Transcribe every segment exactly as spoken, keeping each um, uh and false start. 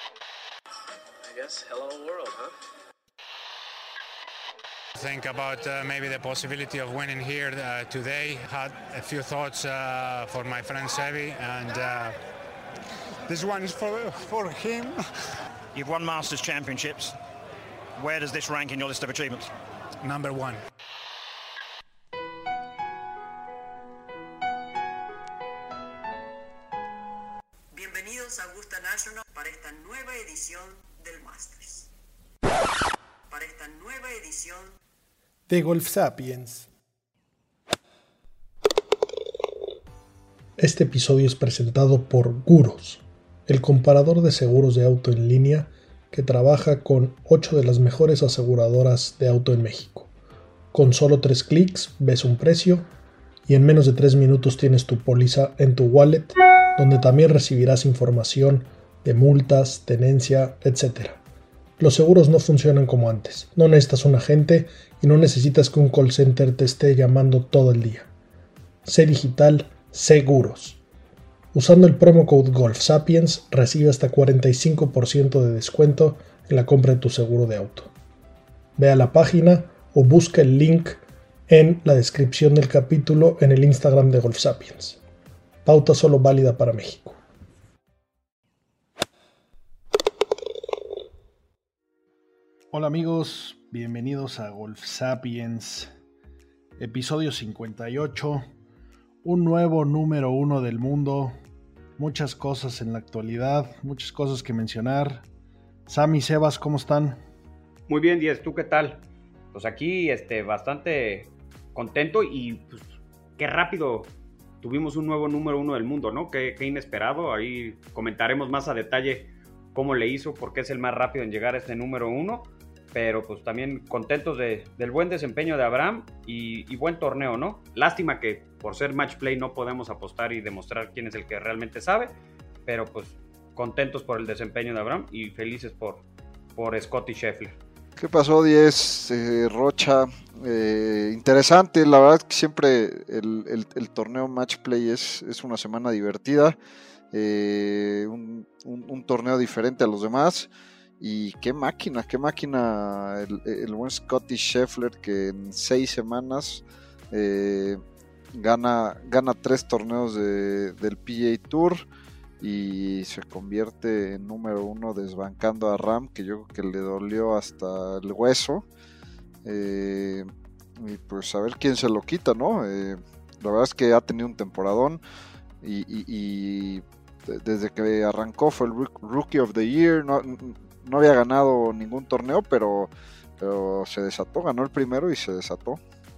I guess hello world, huh? Think about uh, maybe the possibility of winning here uh, today. Had a few thoughts uh, for my friend Sevi, and uh, this one is for for him. You've won Masters Championships. Where does this rank in your list of achievements? Number one. Bienvenidos a Augusta National para esta nueva edición del Masters. Para esta nueva edición de Golf Sapiens. Este episodio es presentado por Guros, el comparador de seguros de auto en línea que trabaja con ocho de las mejores aseguradoras de auto en México. Con solo tres clics ves un precio y en menos de tres minutos tienes tu póliza en tu wallet, donde también recibirás información de multas, tenencia, etcétera. Los seguros no funcionan como antes. No necesitas un agente y no necesitas que un call center te esté llamando todo el día. Sé digital, seguros. Usando el promo code GolfSapiens recibe hasta cuarenta y cinco por ciento de descuento en la compra de tu seguro de auto. Ve a la página o busca el link en la descripción del capítulo en el Instagram de GolfSapiens. Pauta solo válida para México. Hola amigos, bienvenidos a Golf Sapiens, episodio cincuenta y ocho, un nuevo número uno del mundo, muchas cosas en la actualidad, muchas cosas que mencionar. Sammy, Sebas, ¿cómo están? Muy bien, Díaz, ¿tú qué tal? Pues aquí este, bastante contento y pues, qué rápido tuvimos un nuevo número uno del mundo, ¿no? Qué, qué inesperado, ahí comentaremos más a detalle cómo le hizo, porque es el más rápido en llegar a este número uno. Pero pues también contentos de, del buen desempeño de Abraham y, y buen torneo, ¿no? Lástima que por ser match play no podemos apostar y demostrar quién es el que realmente sabe, pero pues contentos por el desempeño de Abraham y felices por, por Scottie Scheffler. ¿Qué pasó, Diez? Eh, Rocha, eh, interesante, la verdad que siempre el, el, el torneo match play es, es una semana divertida, eh, un, un, un torneo diferente a los demás. Y qué máquina, qué máquina el, el buen Scottie Scheffler, que en seis semanas eh, gana, gana tres torneos de, del P G A Tour y se convierte en número uno desbancando a Rahm, que yo creo que le dolió hasta el hueso. Eh, y pues a ver quién se lo quita, ¿no? Eh, la verdad es que ha tenido un temporadón y, y, y desde que arrancó fue el Rookie of the Year. No, No había ganado ningún torneo, pero, pero se desató, ganó el primero y se desató.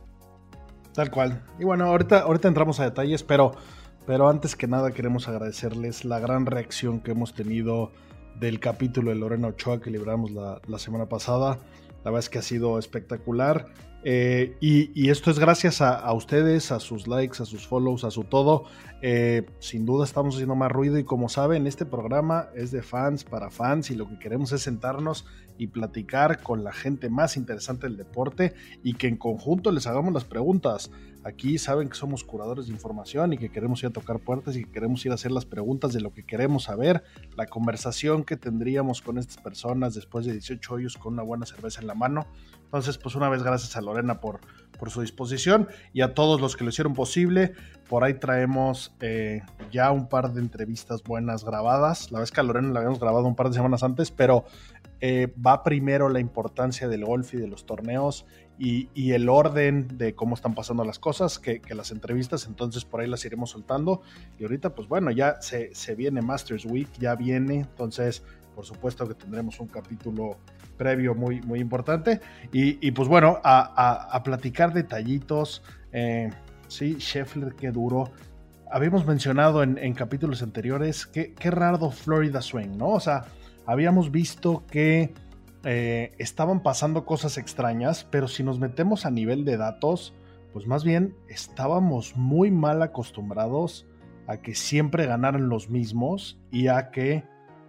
Tal cual. Y bueno, ahorita, ahorita entramos a detalles, pero, pero antes que nada queremos agradecerles la gran reacción que hemos tenido del capítulo de Lorena Ochoa que libramos la, la semana pasada. La verdad es que ha sido espectacular. Eh, y, y esto es gracias a, a ustedes, a sus likes, a sus follows, a su todo. Eh, sin duda estamos haciendo más ruido y como saben, este programa es de fans para fans y lo que queremos es sentarnos y platicar con la gente más interesante del deporte y que en conjunto les hagamos las preguntas. Aquí saben que somos curadores de información y que queremos ir a tocar puertas y que queremos ir a hacer las preguntas de lo que queremos saber, la conversación que tendríamos con estas personas después de dieciocho hoyos con una buena cerveza en la mano. Entonces, pues una vez gracias a Lorena por, por su disposición y a todos los que lo hicieron posible. Por ahí traemos eh, ya un par de entrevistas buenas grabadas. La vez que a Lorena la habíamos grabado un par de semanas antes, pero eh, va primero la importancia del golf y de los torneos y, y el orden de cómo están pasando las cosas que, que las entrevistas. Entonces por ahí las iremos soltando. Y ahorita, pues bueno, ya se, se viene Masters Week, ya viene. Entonces, por supuesto que tendremos un capítulo previo muy, muy importante. Y, y pues bueno, a, a, a platicar detallitos. Eh, sí, Scheffler, qué duro. Habíamos mencionado en, en capítulos anteriores que qué raro Florida Swing, ¿no? O sea, habíamos visto que eh, estaban pasando cosas extrañas, pero si nos metemos a nivel de datos, pues más bien estábamos muy mal acostumbrados a que siempre ganaran los mismos y a que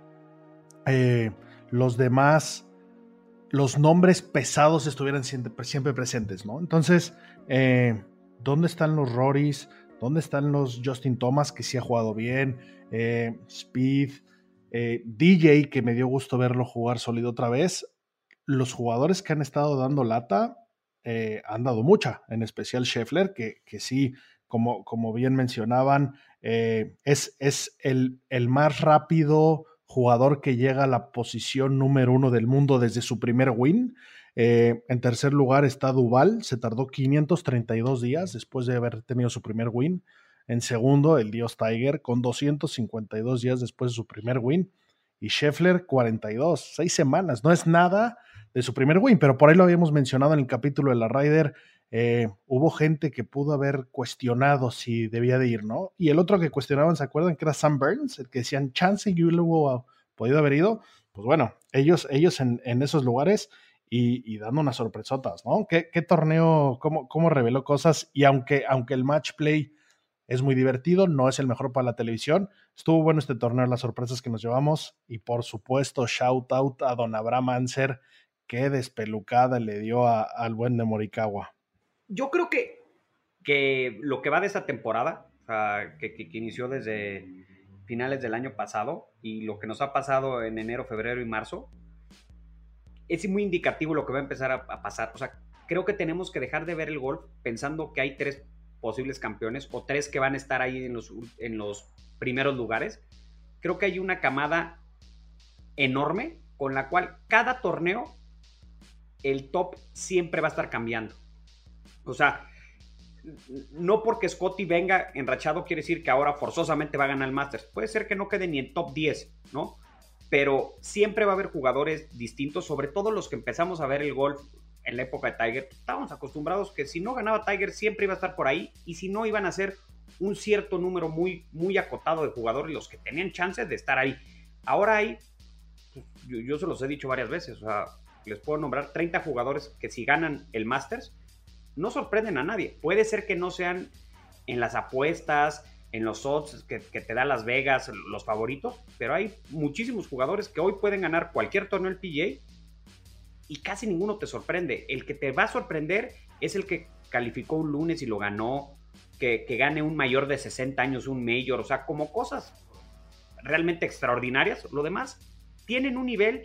eh, los demás, los nombres pesados estuvieran siempre, siempre presentes, ¿no? Entonces, eh, ¿dónde están los Rorys? ¿Dónde están los Justin Thomas, que sí ha jugado bien? Eh, Speed, Eh, D J, que me dio gusto verlo jugar sólido otra vez. Los jugadores que han estado dando lata eh, han dado mucha, en especial Scheffler, que, que sí, como, como bien mencionaban, eh, es, es el, el más rápido jugador que llega a la posición número uno del mundo desde su primer win. Eh, en tercer lugar está Duval, se tardó quinientos treinta y dos días después de haber tenido su primer win. En segundo, el dios Tiger, con doscientos cincuenta y dos días después de su primer win. Y Scheffler, cuarenta y dos, seis semanas. No es nada de su primer win, pero por ahí lo habíamos mencionado en el capítulo de la Ryder. Eh, hubo gente que pudo haber cuestionado si debía de ir, ¿no? Y el otro que cuestionaban, ¿se acuerdan? Que era Sam Burns, el que decían, chance y luego podido haber ido. Pues bueno, ellos, ellos en, en esos lugares y, y dando unas sorpresotas, ¿no? ¿Qué, qué torneo, cómo, cómo reveló cosas? Y aunque, aunque el match play es muy divertido, no es el mejor para la televisión, estuvo bueno este torneo, las sorpresas que nos llevamos. Y por supuesto, shout out a don Abraham Ancer, qué despelucada le dio a, al buen de Morikawa. Yo creo que, que lo que va de esta temporada, o sea, que, que, que inició desde finales del año pasado y lo que nos ha pasado en enero, febrero y marzo, es muy indicativo lo que va a empezar a, a pasar. O sea, creo que tenemos que dejar de ver el golf pensando que hay tres posibles campeones o tres que van a estar ahí en los, en los primeros lugares. Creo que hay una camada enorme con la cual cada torneo el top siempre va a estar cambiando. O sea, no porque Scotty venga enrachado quiere decir que ahora forzosamente va a ganar el Masters. Puede ser que no quede ni en top diez, ¿no? Pero siempre va a haber jugadores distintos, sobre todo los que empezamos a ver el golf en la época de Tiger. Estábamos acostumbrados que si no ganaba Tiger siempre iba a estar por ahí, y si no iban a ser un cierto número muy, muy acotado de jugadores los que tenían chances de estar ahí. Ahora hay, yo, yo se los he dicho varias veces, o sea, les puedo nombrar treinta jugadores que si ganan el Masters no sorprenden a nadie. Puede ser que no sean en las apuestas, en los odds que, que te da Las Vegas, los favoritos, pero hay muchísimos jugadores que hoy pueden ganar cualquier torneo del P G A y casi ninguno te sorprende. El que te va a sorprender es el que calificó un lunes y lo ganó, que, que gane un mayor de sesenta años, un Major, o sea, como cosas realmente extraordinarias. Lo demás tienen un nivel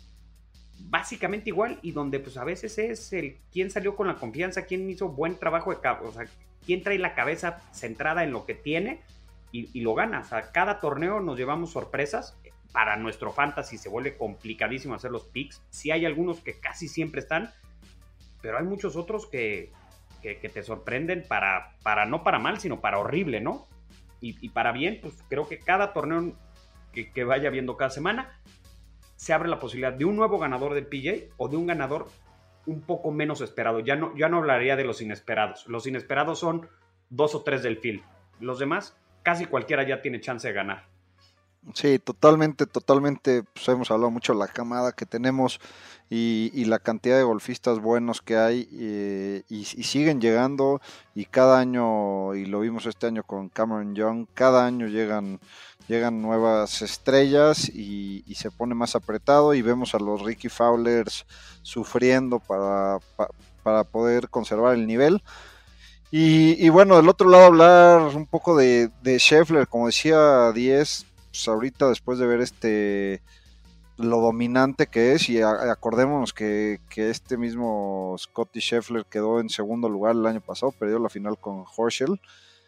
básicamente igual, y donde pues a veces es el quién salió con la confianza, quién hizo buen trabajo de cabeza, o sea, quién trae la cabeza centrada en lo que tiene y, y lo gana. O sea, cada torneo nos llevamos sorpresas. Para nuestro fantasy se vuelve complicadísimo hacer los picks. Sí hay algunos que casi siempre están, pero hay muchos otros que, que, que te sorprenden para, para, no para mal, sino para horrible, ¿no? Y, y para bien, pues creo que cada torneo que, que vaya viendo cada semana se abre la posibilidad de un nuevo ganador del P G A o de un ganador un poco menos esperado. Ya no, ya no hablaría de los inesperados. Los inesperados son dos o tres del field. Los demás, casi cualquiera ya tiene chance de ganar. Sí, totalmente, totalmente. Pues hemos hablado mucho de la camada que tenemos y, y la cantidad de golfistas buenos que hay, eh, y, y siguen llegando, y cada año, y lo vimos este año con Cameron Young, cada año llegan llegan nuevas estrellas y, y se pone más apretado, y vemos a los Ricky Fowlers sufriendo para, para, para poder conservar el nivel. Y, y bueno, del otro lado hablar un poco de, de Scheffler, como decía diez, pues ahorita después de ver este lo dominante que es, y a, acordémonos que, que este mismo Scotty Scheffler quedó en segundo lugar el año pasado, perdió la final con Horschel,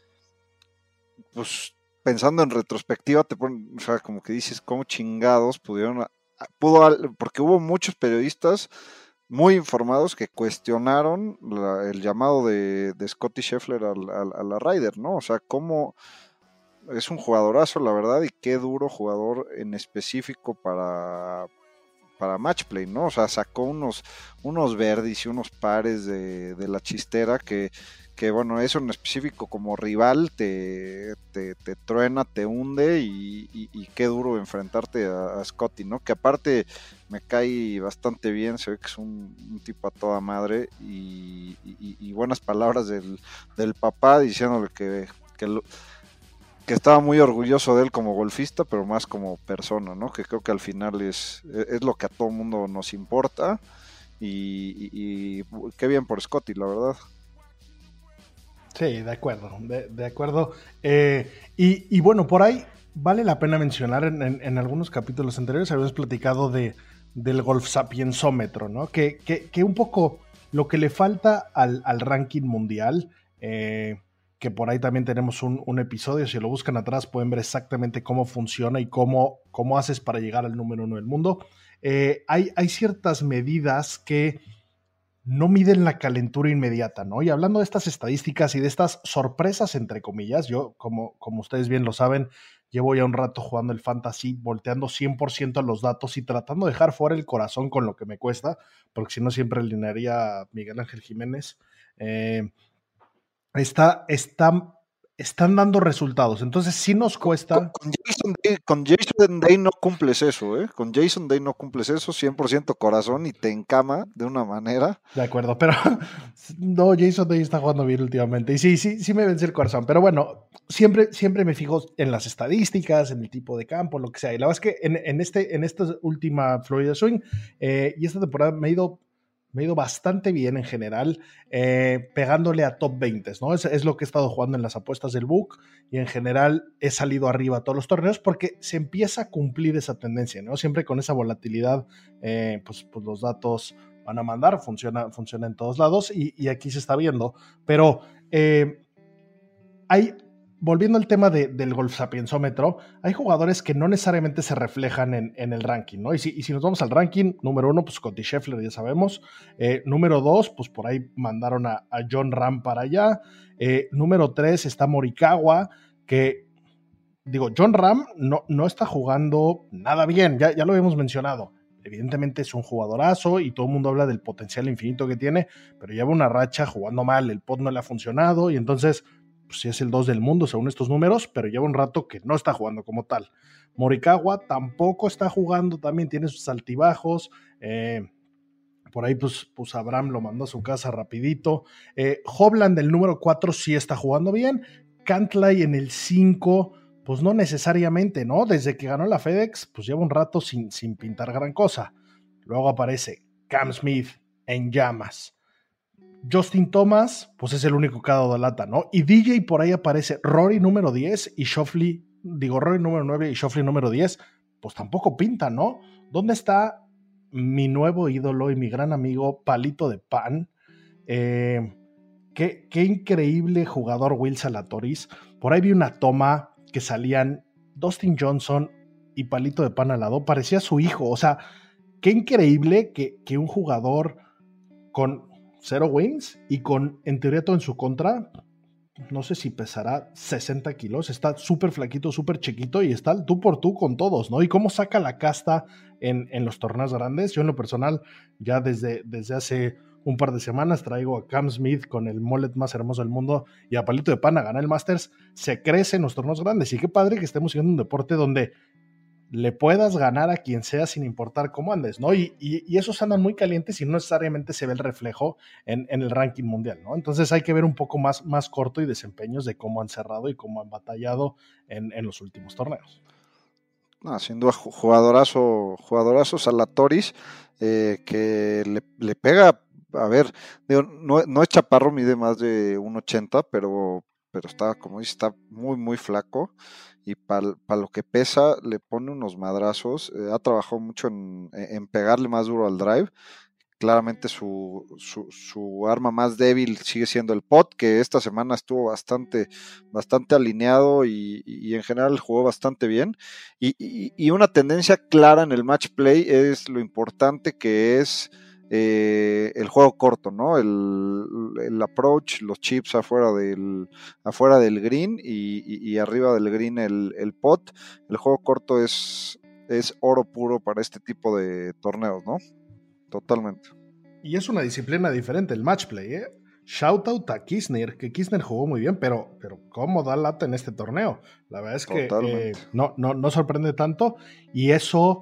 pues pensando en retrospectiva, te ponen, o sea, como que dices, ¿cómo chingados pudieron? Pudo, porque hubo muchos periodistas muy informados que cuestionaron la, el llamado de, de Scotty Scheffler a, a, a la Ryder, ¿no? O sea, cómo es un jugadorazo, la verdad, y qué duro jugador en específico para, para matchplay, ¿no? O sea, sacó unos, unos verdis y unos pares de, de la chistera que, que, bueno, eso en específico como rival te, te, te truena, te hunde, y, y, y qué duro enfrentarte a, a Scotty, ¿no? Que aparte me cae bastante bien, se ve que es un, un tipo a toda madre, y, y, y buenas palabras del, del papá diciéndole que, que, lo, que estaba muy orgulloso de él como golfista, pero más como persona, ¿no? Que creo que al final es, es lo que a todo mundo nos importa, y, y, y qué bien por Scotty, la verdad. Sí, de acuerdo, de, de acuerdo. Eh, y, y bueno, por ahí vale la pena mencionar, en, en, en algunos capítulos anteriores habíamos platicado de, del golf sapiensómetro, ¿no? Que, que, que un poco lo que le falta al, al ranking mundial, eh, que por ahí también tenemos un, un episodio, si lo buscan atrás pueden ver exactamente cómo funciona y cómo, cómo haces para llegar al número uno del mundo. Eh, hay, hay ciertas medidas que no miden la calentura inmediata, ¿no? Y hablando de estas estadísticas y de estas sorpresas, entre comillas, yo, como, como ustedes bien lo saben, llevo ya un rato jugando el fantasy, volteando cien por ciento a los datos y tratando de dejar fuera el corazón con lo que me cuesta, porque si no siempre alinearía a Miguel Ángel Jiménez. Eh, está, está, están dando resultados, entonces sí nos cuesta. Con, con, Jason Day, con Jason Day no cumples eso, ¿eh? Con Jason Day no cumples eso, cien por ciento corazón y te encama de una manera. De acuerdo, pero no, Jason Day está jugando bien últimamente y sí, sí, sí me vence el corazón, pero bueno, siempre, siempre me fijo en las estadísticas, en el tipo de campo, lo que sea, y la verdad es que en, en, este, en esta última Florida Swing eh, y esta temporada me ha ido Me ha ido bastante bien en general, eh, pegándole a top veinte, ¿no? Es, es lo que he estado jugando en las apuestas del book y en general he salido arriba a todos los torneos porque se empieza a cumplir esa tendencia, ¿no? Siempre con esa volatilidad, eh, pues, pues los datos van a mandar, funciona, funciona en todos lados y, y aquí se está viendo. Pero eh, hay... Volviendo al tema de, del golf sapiensómetro, hay jugadores que no necesariamente se reflejan en, en el ranking, ¿no? Y si, y si nos vamos al ranking, número uno, pues Scottie Scheffler, ya sabemos. Eh, número dos, pues por ahí mandaron a, a Jon Rahm para allá. Eh, número tres está Morikawa, que, digo, Jon Rahm no, no está jugando nada bien, ya, ya lo habíamos mencionado. Evidentemente es un jugadorazo y todo el mundo habla del potencial infinito que tiene, pero lleva una racha jugando mal, el pot no le ha funcionado y entonces... pues sí es el dos del mundo según estos números, pero lleva un rato que no está jugando como tal. Morikawa tampoco está jugando, también tiene sus altibajos, eh, por ahí pues, pues Abraham lo mandó a su casa rapidito. eh, Hovland del número cuatro sí está jugando bien, Cantlay en el cinco, pues no necesariamente, ¿no? Desde que ganó la FedEx, pues lleva un rato sin, sin pintar gran cosa. Luego aparece Cam Smith en llamas. Justin Thomas, pues es el único que ha dado lata, ¿no? Y D J por ahí aparece Rory número diez y Schauffele, digo Rory número nueve y Schauffele número diez, pues tampoco pinta, ¿no? ¿Dónde está mi nuevo ídolo y mi gran amigo Palito de Pan? Eh, qué, qué increíble jugador Will Zalatoris. Por ahí vi una toma que salían Dustin Johnson y Palito de Pan al lado, parecía su hijo, o sea, qué increíble que, que un jugador con cero wins y con, en teoría, todo en su contra, no sé si pesará sesenta kilos, está súper flaquito, súper chiquito y está tú por tú con todos, ¿no? Y cómo saca la casta en, en los torneos grandes. Yo en lo personal, ya desde, desde hace un par de semanas traigo a Cam Smith con el mullet más hermoso del mundo y a Palito de Pan a ganar el Masters, se crece en los torneos grandes y qué padre que estemos siguiendo un deporte donde le puedas ganar a quien sea sin importar cómo andes, ¿no? Y, y, y esos andan muy calientes y no necesariamente se ve el reflejo en, en el ranking mundial, ¿no? Entonces hay que ver un poco más, más corto y desempeños de cómo han cerrado y cómo han batallado en, en los últimos torneos. No, sin duda, jugadorazo, jugadorazo Zalatoris, eh, que le, le pega, a ver, digo, no, no es chaparro, mide más de uno ochenta, pero, pero está, como dice, está muy, muy flaco. Y para pa lo que pesa, le pone unos madrazos. Eh, ha trabajado mucho en, en pegarle más duro al drive. Claramente su, su, su arma más débil sigue siendo el pot, que esta semana estuvo bastante, bastante alineado y, y en general jugó bastante bien. Y, y, y una tendencia clara en el match play es lo importante que es Eh, el juego corto, ¿no? El, el approach, los chips afuera del, afuera del green y, y, y arriba del green el, el pot. El juego corto es, es oro puro para este tipo de torneos, ¿no? Totalmente. Y es una disciplina diferente el match play, ¿eh? Shout out a Kisner, que Kisner jugó muy bien, pero, pero ¿cómo da lata en este torneo? La verdad es que eh, no, no, no sorprende tanto y eso...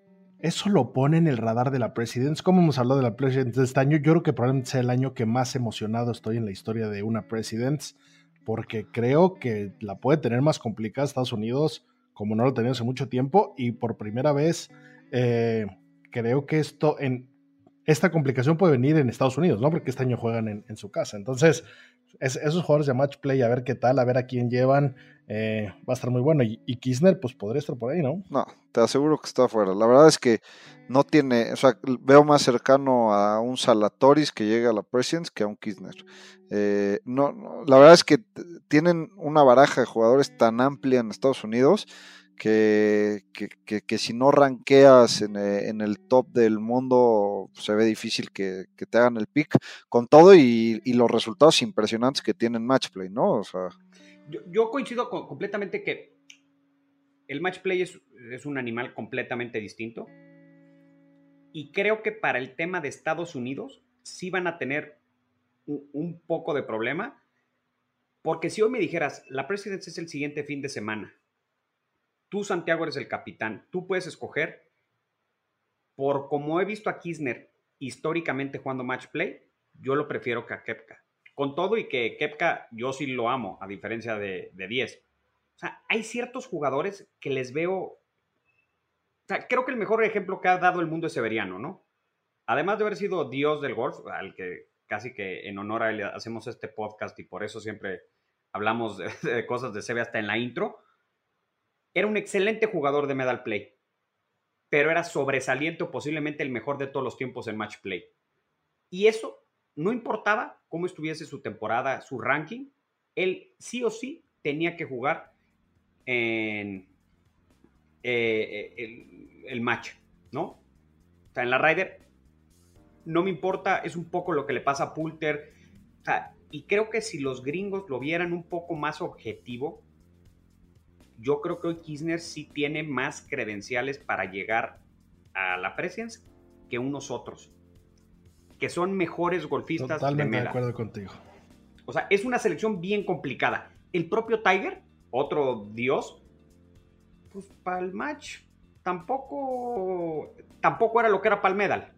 Eso lo pone en el radar de la Presidents. Como hemos hablado de la Presidents de este año, yo creo que probablemente sea el año que más emocionado estoy en la historia de una Presidents, porque creo que la puede tener más complicada Estados Unidos, como no lo tenía hace mucho tiempo, y por primera vez eh, creo que esto en esta complicación puede venir en Estados Unidos, ¿no? Porque este año juegan en, en su casa. Entonces, Es, esos jugadores de match play, a ver qué tal, a ver a quién llevan, eh, va a estar muy bueno. Y, y Kisner, pues podría estar por ahí, ¿no? No, te aseguro que está afuera. La verdad es que no tiene, o sea, veo más cercano a un Salatoris que llega a la Presidents que a un Kisner. Eh, no, no, la verdad es que tienen una baraja de jugadores tan amplia en Estados Unidos que, que, que, que si no ranqueas en, en el top del mundo, se ve difícil que, que te hagan el pick, con todo y, y los resultados impresionantes que tienen match play, ¿no? O sea, yo, yo coincido con, completamente que el match play es, es un animal completamente distinto, y creo que para el tema de Estados Unidos sí van a tener un, un poco de problema, porque si hoy me dijeras, la Presidents es el siguiente fin de semana, tú, Santiago, eres el capitán, tú puedes escoger, por como he visto a Kisner históricamente jugando match play, yo lo prefiero que a Koepka. Con todo y que Koepka yo sí lo amo, a diferencia de, de diez. O sea, hay ciertos jugadores que les veo... O sea, creo que el mejor ejemplo que ha dado el mundo es Severiano, ¿no? Además de haber sido Dios del golf, al que casi que en honor a él hacemos este podcast y por eso siempre hablamos de, de cosas de Seve hasta en la intro. Era un excelente jugador de medal play, pero era sobresaliente o posiblemente el mejor de todos los tiempos en match play. Y eso no importaba cómo estuviese su temporada, su ranking, él sí o sí tenía que jugar en eh, el, el match, ¿no? O sea, en la Ryder no me importa, es un poco lo que le pasa a Poulter. O sea, y creo que si los gringos lo vieran un poco más objetivo, yo creo que hoy Kisner sí tiene más credenciales para llegar a la Presidents que unos otros, que son mejores golfistas. Totalmente de medal. De acuerdo contigo. O sea, es una selección bien complicada. El propio Tiger, otro dios, pues para el match tampoco, tampoco era lo que era para el medal.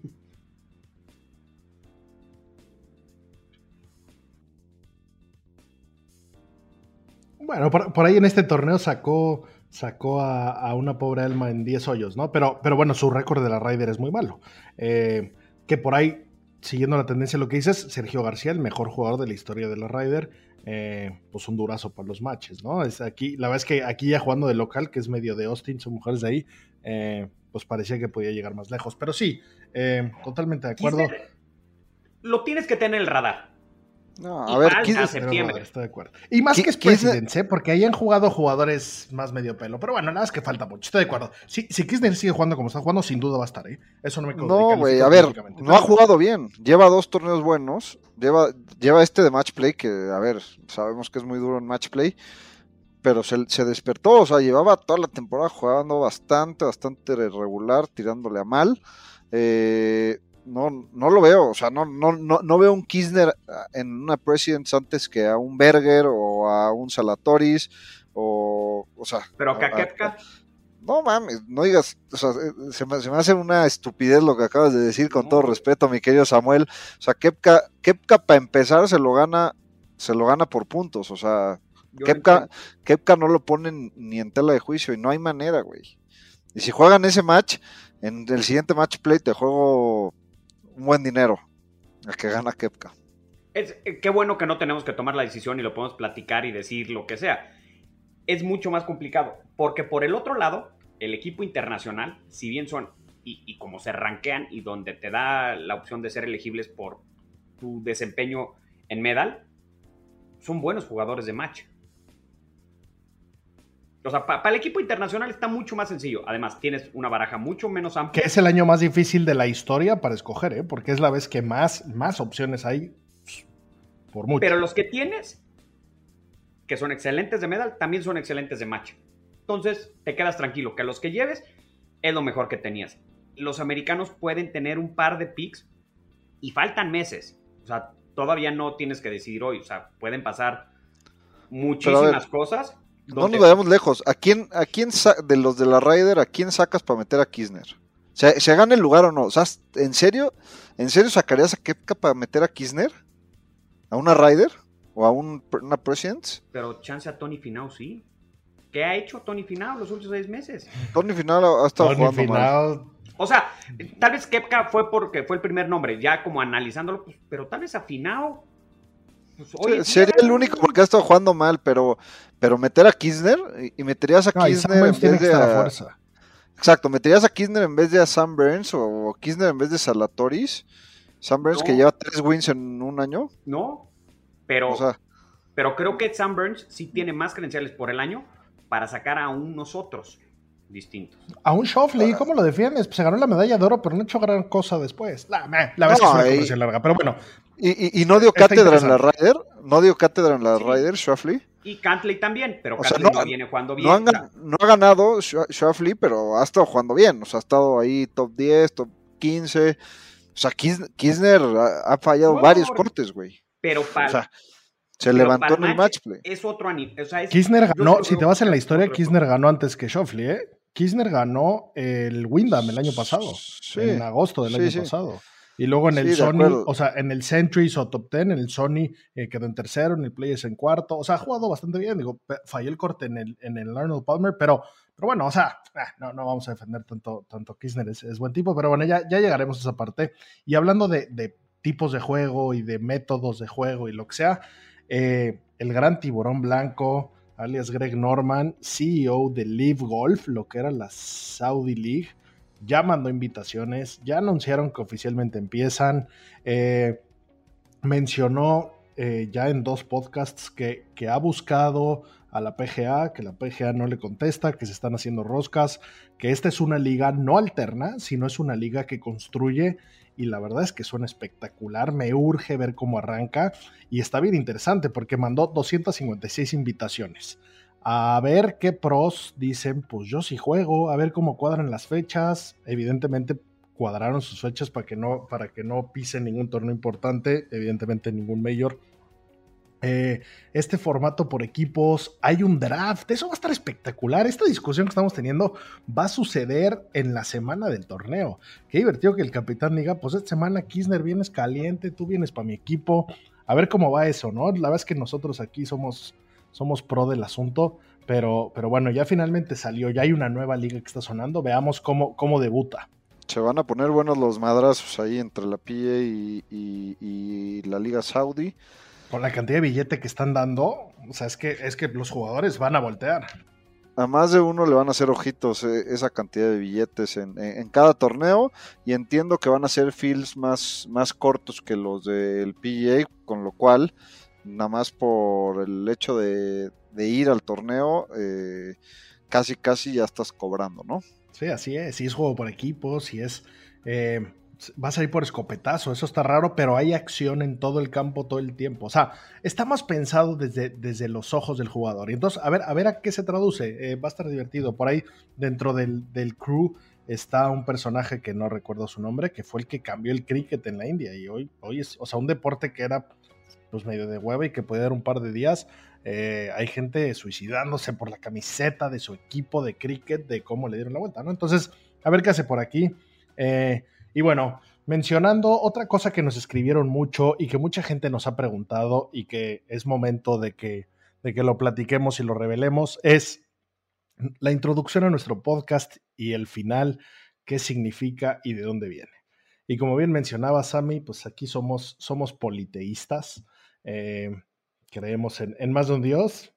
Bueno, por, por ahí en este torneo sacó, sacó a, a una pobre alma en diez hoyos, ¿no? Pero, pero bueno, su récord de la Ryder es muy malo. Eh, que por ahí, siguiendo la tendencia de lo que dices, Sergio García, el mejor jugador de la historia de la Ryder, eh, pues un durazo para los matches, ¿no? Es aquí, la verdad es que aquí ya jugando de local, que es medio de Austin, son mujeres de ahí, eh, pues parecía que podía llegar más lejos. Pero sí, eh, totalmente de acuerdo. Kisner, lo tienes que tener en el radar. no, Y a ver, falta Kisner, septiembre. Estoy de acuerdo. Y más Ki- que es Kisner- Presidents, ¿eh? Porque ahí han jugado jugadores más medio pelo. Pero bueno, nada más que falta mucho. Estoy de acuerdo. Si, si Kisner sigue jugando como está jugando, sin duda va a estar, ¿eh? Eso no me No, güey, califica a ver, políticamente. no ha jugado bien. Lleva dos torneos buenos. Lleva, lleva este de match play, que, a ver, sabemos que es muy duro en match play. Pero se, se despertó, o sea, llevaba toda la temporada jugando bastante, bastante regular, tirándole a mal. Eh, no, no lo veo, o sea, no, no, no, no veo un Kisner en una Presidents antes que a un Berger o a un Salatoris, o, o sea... Pero que a a- Koepka, No mames, no digas, o sea, se me, se me hace una estupidez lo que acabas de decir, con No. todo respeto, mi querido Samuel. O sea, Koepka, Koepka para empezar se lo gana, se lo gana por puntos, o sea, yo Koepka, entiendo. Koepka no lo ponen ni en tela de juicio y no hay manera, güey. Y si juegan ese match, en el siguiente match play te juego un buen dinero, el que gana Koepka. Es, eh, qué bueno que no tenemos que tomar la decisión y lo podemos platicar y decir lo que sea. Es mucho más complicado, porque por el otro lado, el equipo internacional, si bien son, y, y como se rankean y donde te da la opción de ser elegibles por tu desempeño en medal, son buenos jugadores de match. O sea, para pa el equipo internacional está mucho más sencillo. Además, tienes una baraja mucho menos amplia. Que es el año más difícil de la historia para escoger, ¿eh? Porque es la vez que más, más opciones hay, pues, por mucho. Pero los que tienes, que son excelentes de medal, también son excelentes de match. Entonces, te quedas tranquilo, que los que lleves es lo mejor que tenías. Los americanos pueden tener un par de picks y faltan meses. O sea, todavía no tienes que decidir hoy. O sea, pueden pasar muchísimas ver, cosas. No nos vayamos lejos. ¿A quién, a quién de los de la Ryder, a quién sacas para meter a Kisner? ¿Se, se gana el lugar o no? O sea, ¿en serio? ¿En serio sacarías a Koepka para meter a Kisner? ¿A una Ryder? ¿O a un, una Presidents? Pero chance a Tony Finau, sí. ¿Qué ha hecho Tony Finau los últimos seis meses? Tony Finau ha estado Tony jugando Finau... mal. O sea, tal vez Koepka fue porque fue el primer nombre, ya como analizándolo, pues, pero tal vez a Finau... Pues, oye, Sí, sería el único porque ha estado jugando mal, pero, pero meter a Kisner y, y meterías a No, y Kisner Sam en Burns tiene vez que de estar a a, fuerza. exacto, meterías a Kisner en vez de a Sam Burns o Kisner en vez de Salatoris. Sam Burns No. que lleva tres wins en un año. No, pero, O sea, pero creo que Sam Burns sí tiene más credenciales por el año para sacar a unos otros distintos. A un Shoffley, ¿cómo lo defiendes? Pues se ganó la medalla de oro, pero no ha hecho gran cosa después. La, meh, la verdad es que No, es una y- conversación larga, pero bueno. y, y- y no dio Está cátedra en la interesante. Ryder. No dio cátedra en la Sí. Ryder, Schauffele. Y Cantley también, pero O sea, Cantley no- no, viene jugando bien. No, han o sea, gan- no ha ganado Schwa- Schauffele, pero ha estado jugando bien. O sea, ha estado ahí top diez, top quince. O sea, Kis- Kisner ha, ha fallado No, varios no, cortes, güey. pero para, O sea, se pero levantó para en el match matchplay. es otro anime. O sea, es- Kisner yo ganó, sí lo si veo te vas en la como historia, otro Kisner ganó antes que Shoffley, ¿eh? Kisner ganó el Wyndham el año pasado, Sí, en agosto del sí, año sí. pasado. Y luego en Sí, el de Sony, acuerdo. o sea, en el Centuries o Top diez, en el Sony eh, quedó en tercero, en el Players en cuarto. O sea, ha jugado bastante bien. Digo, pe- falló el corte en el, en el Arnold Palmer, pero, pero bueno, o sea, ah, no, no vamos a defender tanto, tanto Kisner, es, es buen tipo, pero bueno, ya, ya llegaremos a esa parte. Y hablando de, de tipos de juego y de métodos de juego y lo que sea, eh, el gran tiburón blanco, alias Greg Norman, C E O de Live Golf, lo que era la Saudi League, ya mandó invitaciones, ya anunciaron que oficialmente empiezan, eh, mencionó eh, ya en dos podcasts que, que ha buscado a la P G A, que la P G A no le contesta, que se están haciendo roscas, que esta es una liga no alterna, sino es una liga que construye, y la verdad es que suena espectacular, me urge ver cómo arranca, y está bien interesante porque mandó doscientas cincuenta y seis invitaciones. A ver qué pros dicen, pues yo sí juego, a ver cómo cuadran las fechas. Evidentemente cuadraron sus fechas para que no, para que no pisen ningún torneo importante, evidentemente ningún mayor. Eh, este formato por equipos, hay un draft, eso va a estar espectacular. Esta discusión que estamos teniendo va a suceder en la semana del torneo. Qué divertido que el capitán diga, pues esta semana Kisner vienes caliente, tú vienes para mi equipo, a ver cómo va eso, ¿no? La verdad es que nosotros aquí somos, somos pro del asunto, pero, pero bueno, ya finalmente salió, ya hay una nueva liga que está sonando, veamos cómo, cómo debuta. Se van a poner buenos los madrazos ahí entre la P G A y, y- y la Liga Saudi. Con la cantidad de billete que están dando, o sea, es que, es que los jugadores van a voltear. A más de uno le van a hacer ojitos eh, esa cantidad de billetes en, en- en cada torneo, y entiendo que van a ser fields más, más cortos que los del P G A, con lo cual, nada más por el hecho de, de ir al torneo, eh, casi casi ya estás cobrando, ¿no? Sí, así es. Si es juego por equipos, si es. Eh, vas a ir por escopetazo, eso está raro, pero hay acción en todo el campo todo el tiempo. O sea, está más pensado desde, desde los ojos del jugador. Y entonces, a ver, a ver a qué se traduce. Eh, va a estar divertido. Por ahí, dentro del, del crew, está un personaje que no recuerdo su nombre, que fue el que cambió el cricket en la India. Y hoy, hoy es, o sea, un deporte que era pues medio de hueva y que puede dar un par de días. Eh, hay gente suicidándose por la camiseta de su equipo de cricket, de cómo le dieron la vuelta, ¿no? Entonces, a ver qué hace por aquí. Eh, y bueno, mencionando otra cosa que nos escribieron mucho y que mucha gente nos ha preguntado y que es momento de que, de que lo platiquemos y lo revelemos, es la introducción a nuestro podcast y el final, qué significa y de dónde viene. Y como bien mencionaba Sammy, pues aquí somos, somos politeístas, eh, creemos en, en más de un dios,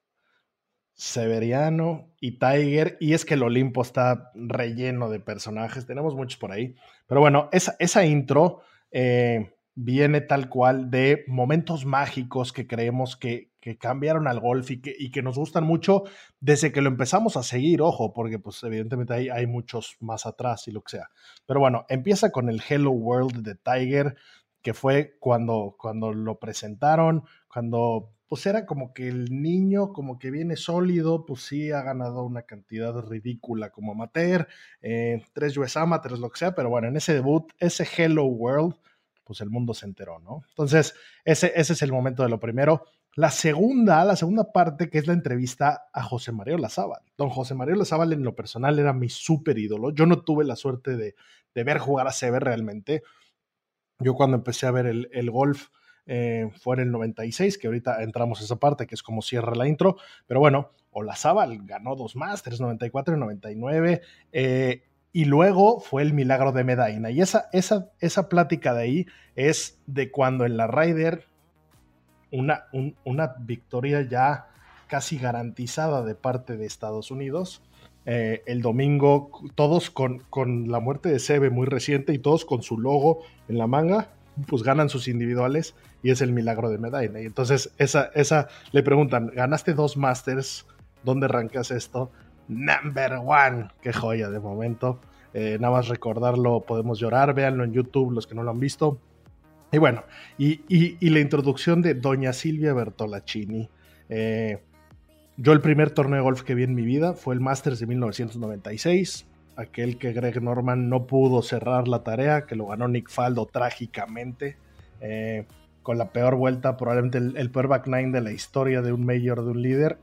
Severiano y Tiger, y es que el Olimpo está relleno de personajes, tenemos muchos por ahí, pero bueno, esa, esa intro eh, viene tal cual de momentos mágicos que creemos que, que cambiaron al golf y que, y que nos gustan mucho desde que lo empezamos a seguir, ojo, porque pues evidentemente hay, hay muchos más atrás y lo que sea, pero bueno, empieza con el Hello World de Tiger, que fue cuando, cuando lo presentaron, cuando pues era como que el niño como que viene sólido, pues sí ha ganado una cantidad ridícula como amateur, eh, tres U S Amateurs, lo que sea, pero bueno, en ese debut, ese Hello World, pues el mundo se enteró, ¿no? Entonces, ese, ese es el momento de lo primero. La segunda, la segunda parte, que es la entrevista a José María Olazábal. Don José María Olazábal en lo personal era mi súper ídolo. Yo no tuve la suerte de, de ver jugar a Sever realmente. Yo cuando empecé a ver el, el golf eh, fue en el noventa y seis, que ahorita entramos a esa parte, que es como cierra la intro, pero bueno, Olazábal ganó dos Masters, noventa y cuatro y noventa y nueve, eh, y luego fue el milagro de Medina, y esa, esa, esa plática de ahí es de cuando en la Ryder una, un, una victoria ya casi garantizada de parte de Estados Unidos. Eh, el domingo, todos con, con la muerte de Seve muy reciente y todos con su logo en la manga, pues ganan sus individuales y es el milagro de Medina. Y entonces esa, esa le preguntan, ganaste dos Masters, ¿dónde arrancas esto? Number one, qué joya de momento. Eh, nada más recordarlo, podemos llorar, véanlo en YouTube los que no lo han visto. Y bueno, y, y, y la introducción de doña Silvia Bertolacini. Eh, yo el primer torneo de golf que vi en mi vida fue el Masters de mil novecientos noventa y seis, aquel que Greg Norman no pudo cerrar la tarea, que lo ganó Nick Faldo trágicamente, eh, con la peor vuelta, probablemente el, el peor back nine de la historia de un major, de un líder.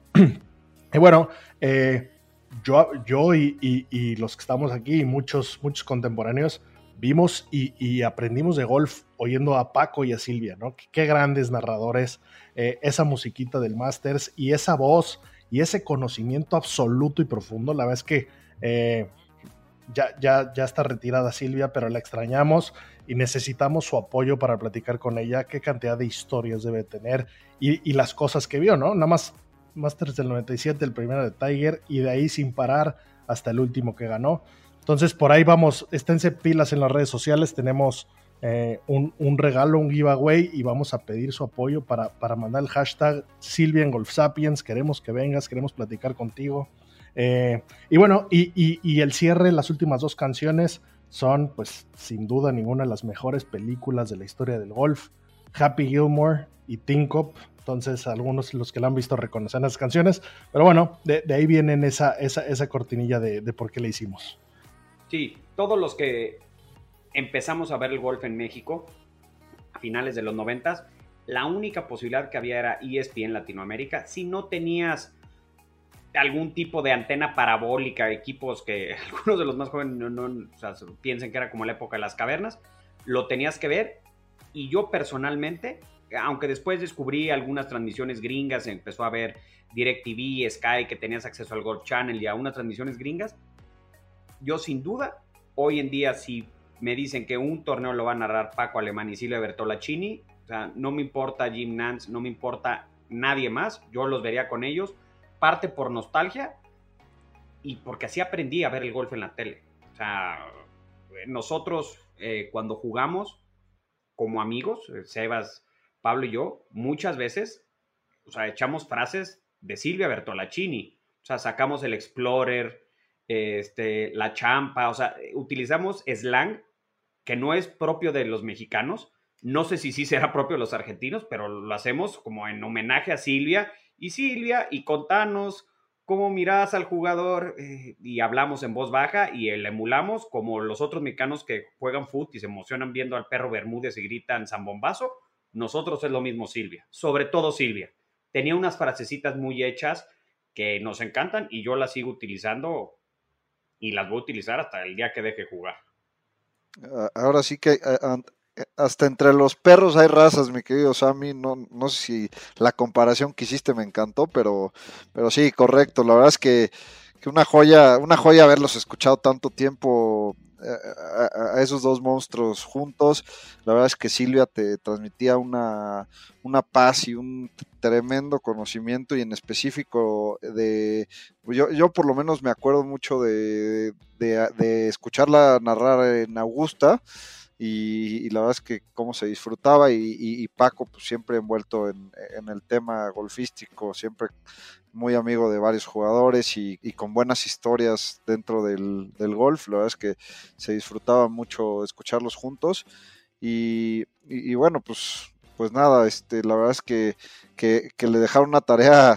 Y bueno, eh, yo, yo y, y, y los que estamos aquí, y muchos, muchos contemporáneos, vimos y, y aprendimos de golf oyendo a Paco y a Silvia, ¿no? Qué, qué grandes narradores, eh, esa musiquita del Masters y esa voz y ese conocimiento absoluto y profundo. La verdad es que eh, ya, ya, ya está retirada Silvia, pero la extrañamos y necesitamos su apoyo para platicar con ella. Qué cantidad de historias debe tener y, y las cosas que vio, ¿no? Nada más Masters del noventa y siete, el primero de Tiger, y de ahí sin parar hasta el último que ganó. Entonces por ahí vamos, esténse pilas en las redes sociales, tenemos eh, un, un regalo, un giveaway, y vamos a pedir su apoyo para, para mandar el hashtag Silvia en Golf Sapiens. Queremos que vengas, queremos platicar contigo. Eh, y bueno, y, y, y el cierre, las últimas dos canciones son pues sin duda ninguna de las mejores películas de la historia del golf, Happy Gilmore y Tin Cup. Entonces algunos los que la han visto reconocen esas canciones, pero bueno, de, de ahí vienen esa, esa, esa cortinilla de, de por qué la hicimos. Sí, todos los que empezamos a ver el golf en México a finales de los noventas, la única posibilidad que había era E S P N Latinoamérica. Si no tenías algún tipo de antena parabólica, equipos que algunos de los más jóvenes no, no, o sea, piensen que era como la época de las cavernas, lo tenías que ver. Y yo personalmente, aunque después descubrí algunas transmisiones gringas, empezó a ver DirecTV, Sky, que tenías acceso al Golf Channel y a unas transmisiones gringas, yo sin duda, hoy en día, si me dicen que un torneo lo va a narrar Paco Alemán y Silvia Bertolacini, o sea, no me importa Jim Nance, no me importa nadie más, yo los vería con ellos, parte por nostalgia y porque así aprendí a ver el golf en la tele. O sea, nosotros eh, cuando jugamos como amigos, Sebas, Pablo y yo, muchas veces, o sea, echamos frases de Silvia Bertolacini, o sea, sacamos el Explorer, este, la champa, o sea, utilizamos slang que no es propio de los mexicanos, no sé si sí será propio de los argentinos, pero lo hacemos como en homenaje a Silvia, y Silvia, y contanos cómo mirás al jugador, eh, y hablamos en voz baja, y el emulamos como los otros mexicanos que juegan fútbol y se emocionan viendo al perro Bermúdez y gritan zambombazo. Nosotros es lo mismo Silvia, sobre todo Silvia. Tenía unas frasecitas muy hechas que nos encantan y yo las sigo utilizando y las voy a utilizar hasta el día que deje jugar. Ahora sí que hasta entre los perros hay razas, mi querido Sammy. No, no sé si la comparación que hiciste me encantó, pero, pero sí, correcto. La verdad es que, que una joya, una joya haberlos escuchado tanto tiempo a, a esos dos monstruos juntos. La verdad es que Silvia te transmitía una, una paz y un tremendo conocimiento, y en específico de yo, yo por lo menos me acuerdo mucho de, de, de escucharla narrar en Augusta, y, y la verdad es que cómo se disfrutaba, y, y, y Paco pues siempre envuelto en, en el tema golfístico, siempre muy amigo de varios jugadores y, y con buenas historias dentro del, del golf. La verdad es que se disfrutaba mucho escucharlos juntos, y, y, y bueno, pues, pues nada, este, la verdad es que, que, que le dejaron una tarea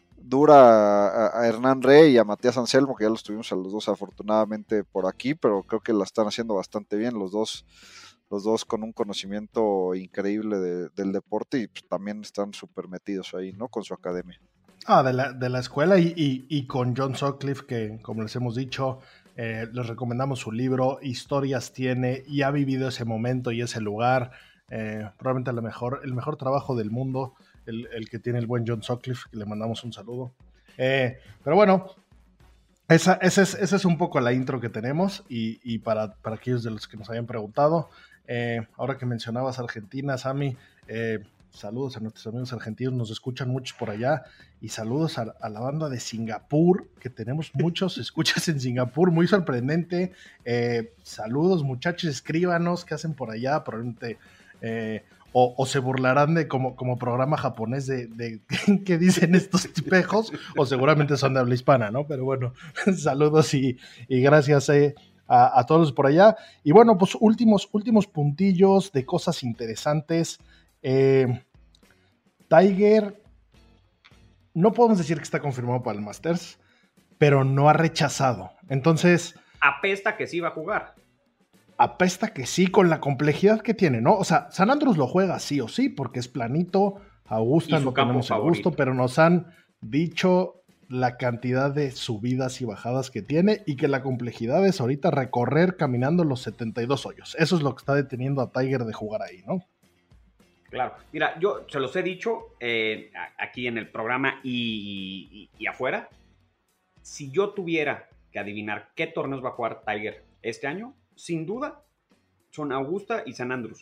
dura a, a Hernán Rey y a Matías Anselmo, que ya los tuvimos a los dos afortunadamente por aquí, pero creo que la están haciendo bastante bien los dos, los dos con un conocimiento increíble de, del deporte, y pues también están súper metidos ahí, ¿no? Con su academia. Ah, de la, de la escuela, y, y, y con John Sutcliffe, que como les hemos dicho, eh, les recomendamos su libro, historias tiene, y ha vivido ese momento y ese lugar, eh, probablemente el mejor, el mejor trabajo del mundo, el, el que tiene el buen John Sutcliffe, que le mandamos un saludo. Eh, pero bueno, esa, esa, es, esa es un poco la intro que tenemos, y, y para, para aquellos de los que nos hayan preguntado, eh, ahora que mencionabas Argentina, Sammy, eh, saludos a nuestros amigos argentinos, nos escuchan muchos por allá, y saludos a, a la banda de Singapur, que tenemos muchos escuchas en Singapur, muy sorprendente. Eh, saludos muchachos, escríbanos, ¿qué hacen por allá? Probablemente... Eh, O, o se burlarán de como, como programa japonés de, de qué dicen estos tipejos, o seguramente son de habla hispana, ¿no? Pero bueno, saludos y, y gracias eh, a, a todos por allá. Y bueno, pues últimos, últimos puntillos de cosas interesantes. Eh, Tiger, no podemos decir que está confirmado para el Masters, pero no ha rechazado. Entonces... Apesta que sí va a jugar. Apesta que sí, con la complejidad que tiene, ¿no? O sea, San Andrés lo juega sí o sí, porque es planito, Augusta lo tenemos a gusto, pero nos han dicho la cantidad de subidas y bajadas que tiene y que la complejidad es ahorita recorrer caminando los setenta y dos hoyos. Eso es lo que está deteniendo a Tiger de jugar ahí, ¿no? Claro. Mira, yo se los he dicho eh, aquí en el programa y, y, y afuera. Si yo tuviera que adivinar qué torneos va a jugar Tiger este año, sin duda, son Augusta y San Andrés.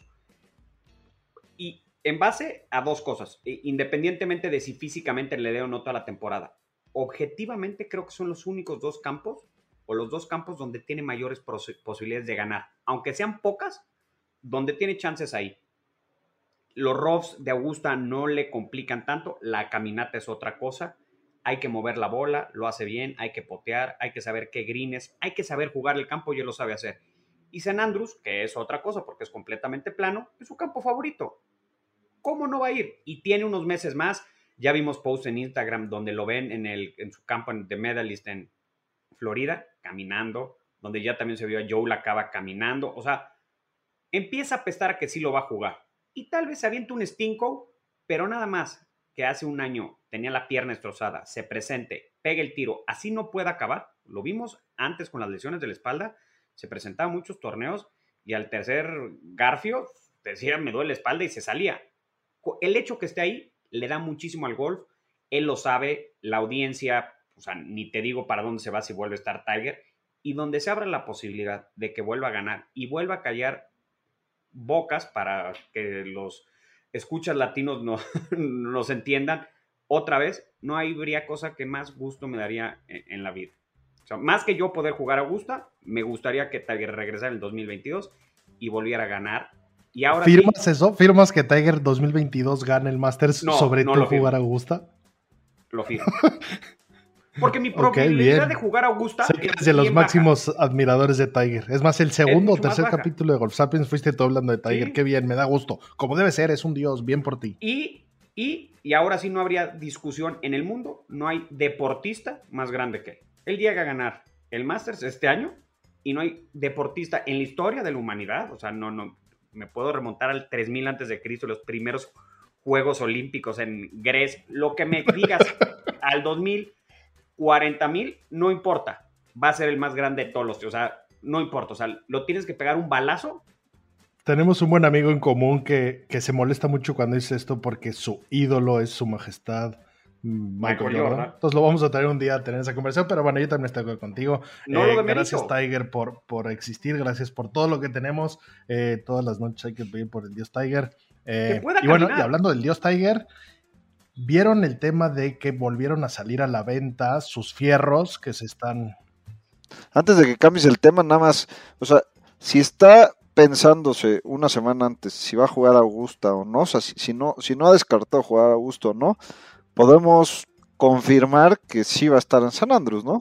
Y en base a dos cosas, independientemente de si físicamente le dé o no toda la temporada, objetivamente creo que son los únicos dos campos, o los dos campos donde tiene mayores posibilidades de ganar, aunque sean pocas, donde tiene chances ahí. Los roughs de Augusta no le complican tanto, la caminata es otra cosa, hay que mover la bola, lo hace bien, hay que potear, hay que saber qué greens, hay que saber jugar el campo y él lo sabe hacer. Y San Andrés, que es otra cosa porque es completamente plano, es su campo favorito. ¿Cómo no va a ir? Y tiene unos meses más. Ya vimos posts en Instagram donde lo ven en, el, en su campo en The Medalist en Florida, caminando, donde ya también se vio a Joe Lacaba caminando. O sea, empieza a apestar a que sí lo va a jugar. Y tal vez se aviente un stinko, pero nada más que hace un año tenía la pierna destrozada, se presente, pegue el tiro, así no puede acabar. Lo vimos antes con las lesiones de la espalda. Se presentaba muchos torneos y al tercer garfio decía me duele la espalda y se salía. El hecho que esté ahí le da muchísimo al golf, él lo sabe, la audiencia, o sea, ni te digo para dónde se va si vuelve a estar Tiger, y donde se abra la posibilidad de que vuelva a ganar y vuelva a callar bocas para que los escuchas latinos no, nos entiendan, otra vez, no habría cosa que más gusto me daría en, en la vida. O sea, más que yo poder jugar a Augusta, me gustaría que Tiger regresara en el dos mil veintidós y volviera a ganar. Y ahora ¿Firmas sí, eso? ¿Firmas que Tiger dos mil veintidós gane el Masters no, sobre no tú lo jugar a firmo. Augusta? Lo firmo. Porque mi Ok, probabilidad bien. de jugar a Augusta Sé que es eres de los bien máximos admiradores de Tiger. Es más, el segundo o mucho más tercer baja. capítulo de Golf Sapiens fuiste tú hablando de Tiger. Sí. Qué bien, me da gusto. Como debe ser, es un dios, bien por ti. Y, y, y ahora sí no habría discusión en el mundo, no hay deportista más grande que él. Él llega a ganar el Masters este año y no hay deportista en la historia de la humanidad, o sea, no, no, me puedo remontar al tres mil antes de Cristo, los primeros Juegos Olímpicos en Grecia, lo que me digas al dos mil, cuarenta mil, no importa, va a ser el más grande de todos los, o sea, no importa, o sea, lo tienes que pegar un balazo. Tenemos un buen amigo en común que, que se molesta mucho cuando dice esto porque su ídolo es su majestad Michael, Michael Jordan. Jordan. Entonces lo vamos a traer un día a tener esa conversación, pero bueno, yo también estoy de acuerdo contigo. No Eh, lo demerito. gracias Tiger por, por existir, gracias por todo lo que tenemos. Eh, todas las noches hay que pedir por el dios Tiger. Eh, Que pueda y bueno, caminar. y hablando del dios Tiger, ¿vieron el tema de que volvieron a salir a la venta sus fierros que se están... Antes de que cambies el tema, nada más, o sea, si está pensándose una semana antes si va a jugar a Augusta o no, o sea, si, si no, si no ha descartado jugar a Augusta o no, podemos confirmar que sí va a estar en San Andrés, ¿no?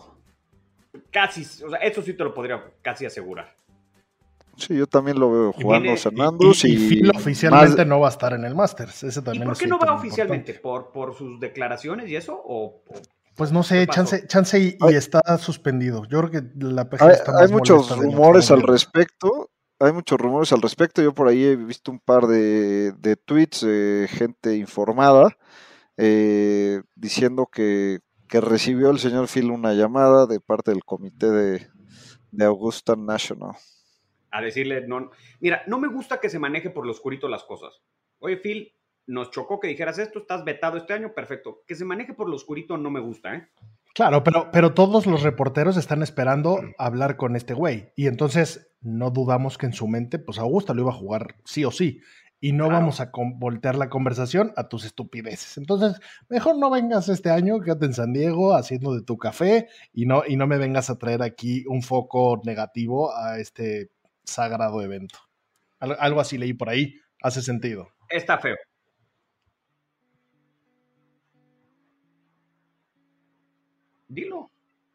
Casi, o sea, eso sí te lo podría casi asegurar. Sí, yo también lo veo Y jugando viene- San Andrés y, y, y Phil oficialmente más- no va a estar en el Masters. Ese ¿Y también por es qué un no va tema oficialmente? importante. ¿Por, por sus declaraciones y eso? ¿O, o- Pues no sé, ¿Qué pasó? chance, chance y, y Hay- está suspendido. Yo creo que la P G A hay, está hay más muchos molesta de lo que rumores al debería. respecto. Hay muchos rumores al respecto. Yo por ahí he visto un par de, de tweets de gente informada eh, diciendo que, que recibió el señor Phil una llamada de parte del comité de, de Augusta National. a decirle, no, mira, no me gusta que se maneje por lo oscurito las cosas. Oye, Phil, nos chocó que dijeras esto, estás vetado este año, perfecto. Que se maneje por lo oscurito no me gusta, ¿eh? Claro, pero, pero todos los reporteros están esperando hablar con este güey. Y entonces no dudamos que en su mente, pues Augusta lo iba a jugar sí o sí. y no Claro. vamos a con- voltear la conversación a tus estupideces. Entonces, mejor no vengas este año, quédate en San Diego haciendo de tu café y no, y no me vengas a traer aquí un foco negativo a este sagrado evento. Al- algo así leí por ahí, hace sentido. Está feo. Dilo.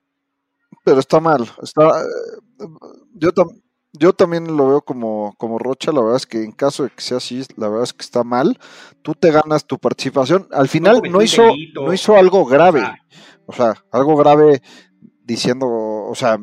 Pero está mal. Está, eh, yo, tam- yo también lo veo como, como Rocha. La verdad es que en caso de que sea así, la verdad es que está mal. Tú te ganas tu participación. Al final cometió no un hizo, delito. no hizo algo grave. sea, O sea, algo grave diciendo, o sea,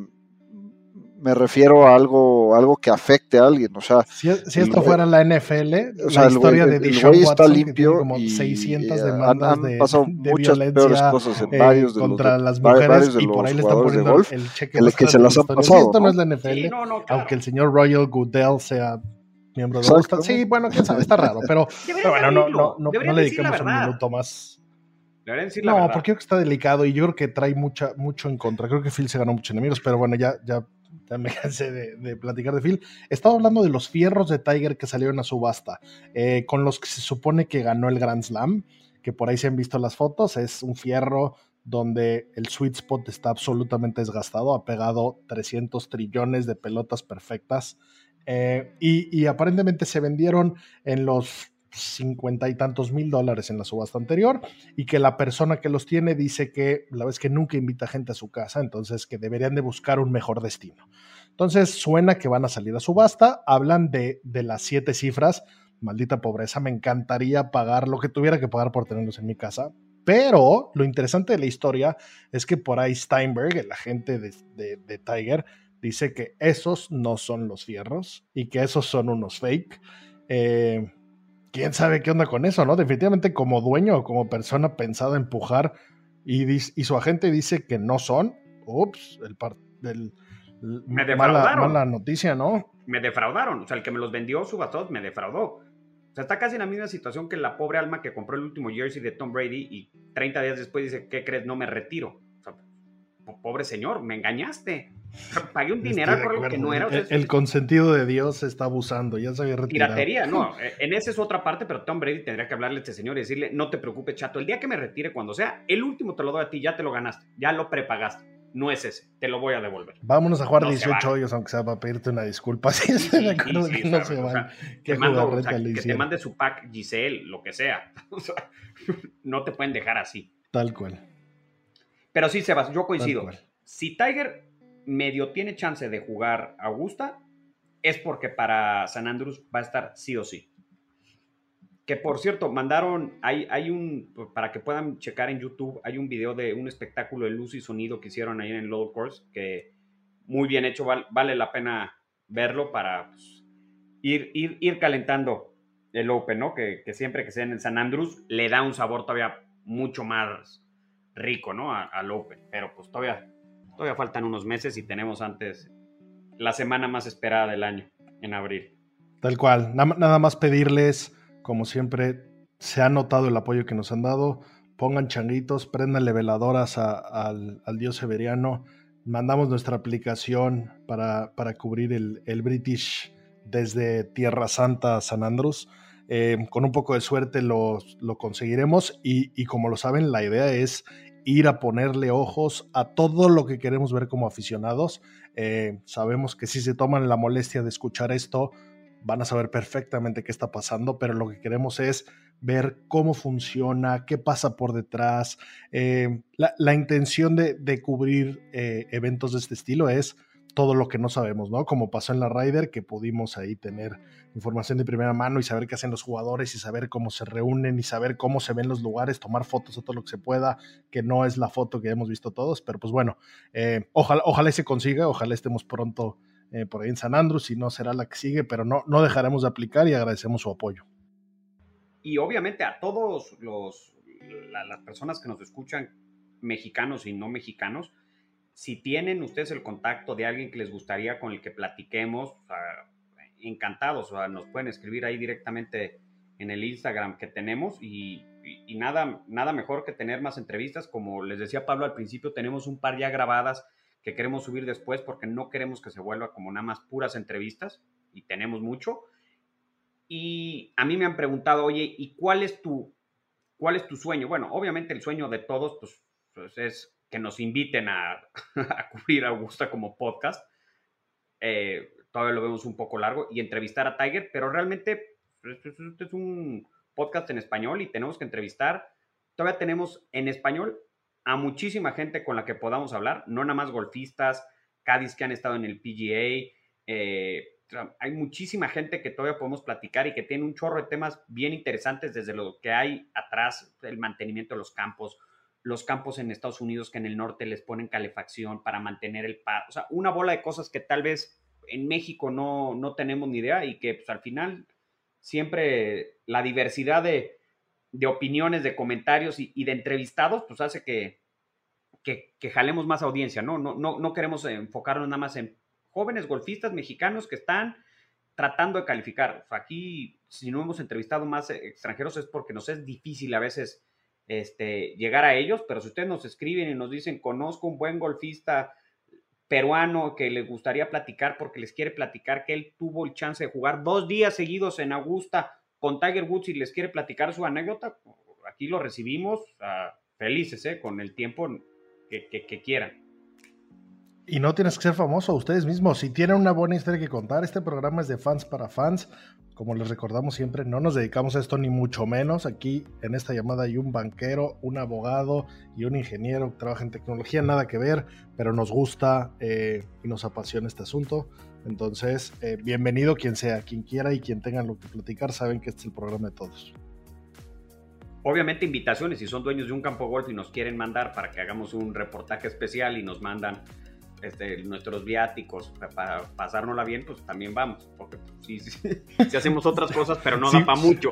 me refiero a algo, algo que afecte a alguien. O sea, Si, si el esto güey- fuera la N F L, o sea, la el historia güey, de el Deshaun güey está Watson, que tiene limpio como y seiscientas han, demandas han de, pasado de muchas peores violencia cosas en eh, varios de los contra de- las va- mujeres, varios de y por los ahí le están jugadores de poniendo golf el cheque que, le- más que grande se de la las han historia. Sí, pasado, esto no ¿no? es la N F L, sí, no, no, claro. aunque el señor Royal Goodell sea miembro de Exacto. Boston. Sí, bueno, quién sabe, está raro, pero, pero bueno, no, no, no, Deberían no le decir la dedicamos un verdad. minuto más. Deberían decir la No, verdad. porque creo que está delicado y yo creo que trae mucha, mucho en contra. Creo que Phil se ganó muchos enemigos, pero bueno, ya, ya, ya me cansé de, de platicar de Phil. Estaba hablando de los fierros de Tiger que salieron a subasta, eh, con los que se supone que ganó el Grand Slam, que por ahí se han visto las fotos. Es un fierro donde el sweet spot está absolutamente desgastado, ha pegado trescientos trillones de pelotas perfectas, eh, y, y aparentemente se vendieron en los cincuenta y tantos mil dólares en la subasta anterior, y que la persona que los tiene dice que la vez que nunca invita gente a su casa, entonces que deberían de buscar un mejor destino. Entonces suena que van a salir a subasta, hablan de, de las siete cifras. Maldita pobreza, me encantaría pagar lo que tuviera que pagar por tenerlos en mi casa, pero lo interesante de la historia es que por ahí Steinberg, el agente de, de, de Tiger, dice que esos no son los fierros y que esos son unos fake. Eh, quién sabe qué onda con eso, ¿no? Definitivamente como dueño o como persona pensada a empujar y, dis- y su agente dice que no son. Ups, el, par- el, el- Me mala, defraudaron. mala noticia, ¿no? Me defraudaron. O sea, el que me los vendió subastados me defraudó. O sea, está casi en la misma situación que la pobre alma que compró el último jersey de Tom Brady y treinta días después dice, ¿qué crees? No me retiro. O sea, po- pobre señor, me engañaste. Pagué un dineral Estoy de por algo que acuerdo. no era. O sea, el, el consentido de Dios se está abusando, ya se había retirado. piratería, no. eh, En esa es otra parte, pero Tom Brady tendría que hablarle a este señor y decirle, no te preocupes, chato, el día que me retire, cuando sea, el último te lo doy a ti, ya te lo ganaste, ya lo prepagaste. No es ese, te lo voy a devolver. Vámonos a jugar No se dieciocho vale. hoyos, aunque sea para pedirte una disculpa. Sí, Sí, estoy de sí, acuerdo sí, que sí, no o se sea, vale. o sea, Qué te mando, o jugarreta sea, le que te hicieron. mande su pack Giselle, lo que sea. O sea, no te pueden dejar así. Tal cual. Pero sí, Sebas, yo coincido. Tal cual. Si Tiger medio tiene chance de jugar Augusta, es porque para San Andrews va a estar sí o sí. Que por cierto, mandaron, hay, hay un, para que puedan checar en YouTube, hay un video de un espectáculo de luz y sonido que hicieron ahí en el Lower Course, que muy bien hecho, vale, vale la pena verlo para pues, ir, ir, ir calentando el Open, ¿no? Que, que siempre que sea en el San Andrews le da un sabor todavía mucho más rico, ¿no? A, al Open, pero pues todavía, todavía faltan unos meses y tenemos antes la semana más esperada del año, en abril. Tal cual. Nada, nada más pedirles, como siempre, se ha notado el apoyo que nos han dado. Pongan changuitos, préndanle veladoras a, al, al dios Severiano. Mandamos nuestra aplicación para, para cubrir el, el British desde Tierra Santa a San Andrews. Eh, con un poco de suerte lo, lo conseguiremos y, y como lo saben, la idea es ir a ponerle ojos a todo lo que queremos ver como aficionados. Eh, sabemos que si se toman la molestia de escuchar esto, van a saber perfectamente qué está pasando, pero lo que queremos es ver cómo funciona, qué pasa por detrás. Eh, la, la intención de, de cubrir eh, eventos de este estilo es todo lo que no sabemos, ¿no? Como pasó en la Ryder, que pudimos ahí tener información de primera mano y saber qué hacen los jugadores y saber cómo se reúnen y saber cómo se ven los lugares, tomar fotos a todo lo que se pueda, que no es la foto que hemos visto todos, pero pues bueno, eh, ojalá, ojalá se consiga, ojalá estemos pronto eh, por ahí en San Andrews, si no será la que sigue, pero no, no dejaremos de aplicar y agradecemos su apoyo. Y obviamente a todos los la, las personas que nos escuchan, mexicanos y no mexicanos, si tienen ustedes el contacto de alguien que les gustaría con el que platiquemos, o sea, encantados, o sea, nos pueden escribir ahí directamente en el Instagram que tenemos y, y, y nada, nada mejor que tener más entrevistas. Como les decía Pablo al principio, tenemos un par ya grabadas que queremos subir después porque no queremos que se vuelva como nada más puras entrevistas y tenemos mucho. Y a mí me han preguntado, oye, ¿y cuál es tu, cuál es tu sueño? Bueno, obviamente el sueño de todos pues, pues es que nos inviten a, a cubrir a Augusta como podcast. Eh, todavía lo vemos un poco largo y entrevistar a Tiger, pero realmente este es un podcast en español y tenemos que entrevistar. Todavía tenemos en español a muchísima gente con la que podamos hablar, no nada más golfistas, caddies que han estado en el P G A, eh, hay muchísima gente que todavía podemos platicar y que tiene un chorro de temas bien interesantes desde lo que hay atrás, el mantenimiento de los campos, los campos en Estados Unidos que en el norte les ponen calefacción para mantener el pad, o sea, una bola de cosas que tal vez en México no, no tenemos ni idea y que pues, al final siempre la diversidad de, de opiniones, de comentarios y, y de entrevistados pues hace que, que, que jalemos más audiencia, ¿no? No, no, no queremos enfocarnos nada más en jóvenes golfistas mexicanos que están tratando de calificar. O sea, aquí, si no hemos entrevistado más extranjeros es porque nos es difícil a veces este, llegar a ellos, pero si ustedes nos escriben y nos dicen, conozco un buen golfista peruano que les gustaría platicar porque les quiere platicar que él tuvo el chance de jugar dos días seguidos en Augusta con Tiger Woods y les quiere platicar su anécdota, aquí lo recibimos uh, felices, ¿eh? Con el tiempo que, que, que quieran. Y no tienes que ser famoso, ustedes mismos. Si tienen una buena historia que contar, este programa es de fans para fans. Como les recordamos siempre, no nos dedicamos a esto ni mucho menos. Aquí en esta llamada hay un banquero, un abogado y un ingeniero que trabaja en tecnología, nada que ver, pero nos gusta eh, y nos apasiona este asunto. Entonces, eh, bienvenido quien sea, quien quiera y quien tenga lo que platicar, saben que este es el programa de todos. Obviamente invitaciones, si son dueños de un campo de golf y nos quieren mandar para que hagamos un reportaje especial y nos mandan Este, nuestros viáticos para pasárnosla bien, pues también vamos, porque sí, sí, sí hacemos otras cosas, pero no sí. da para mucho.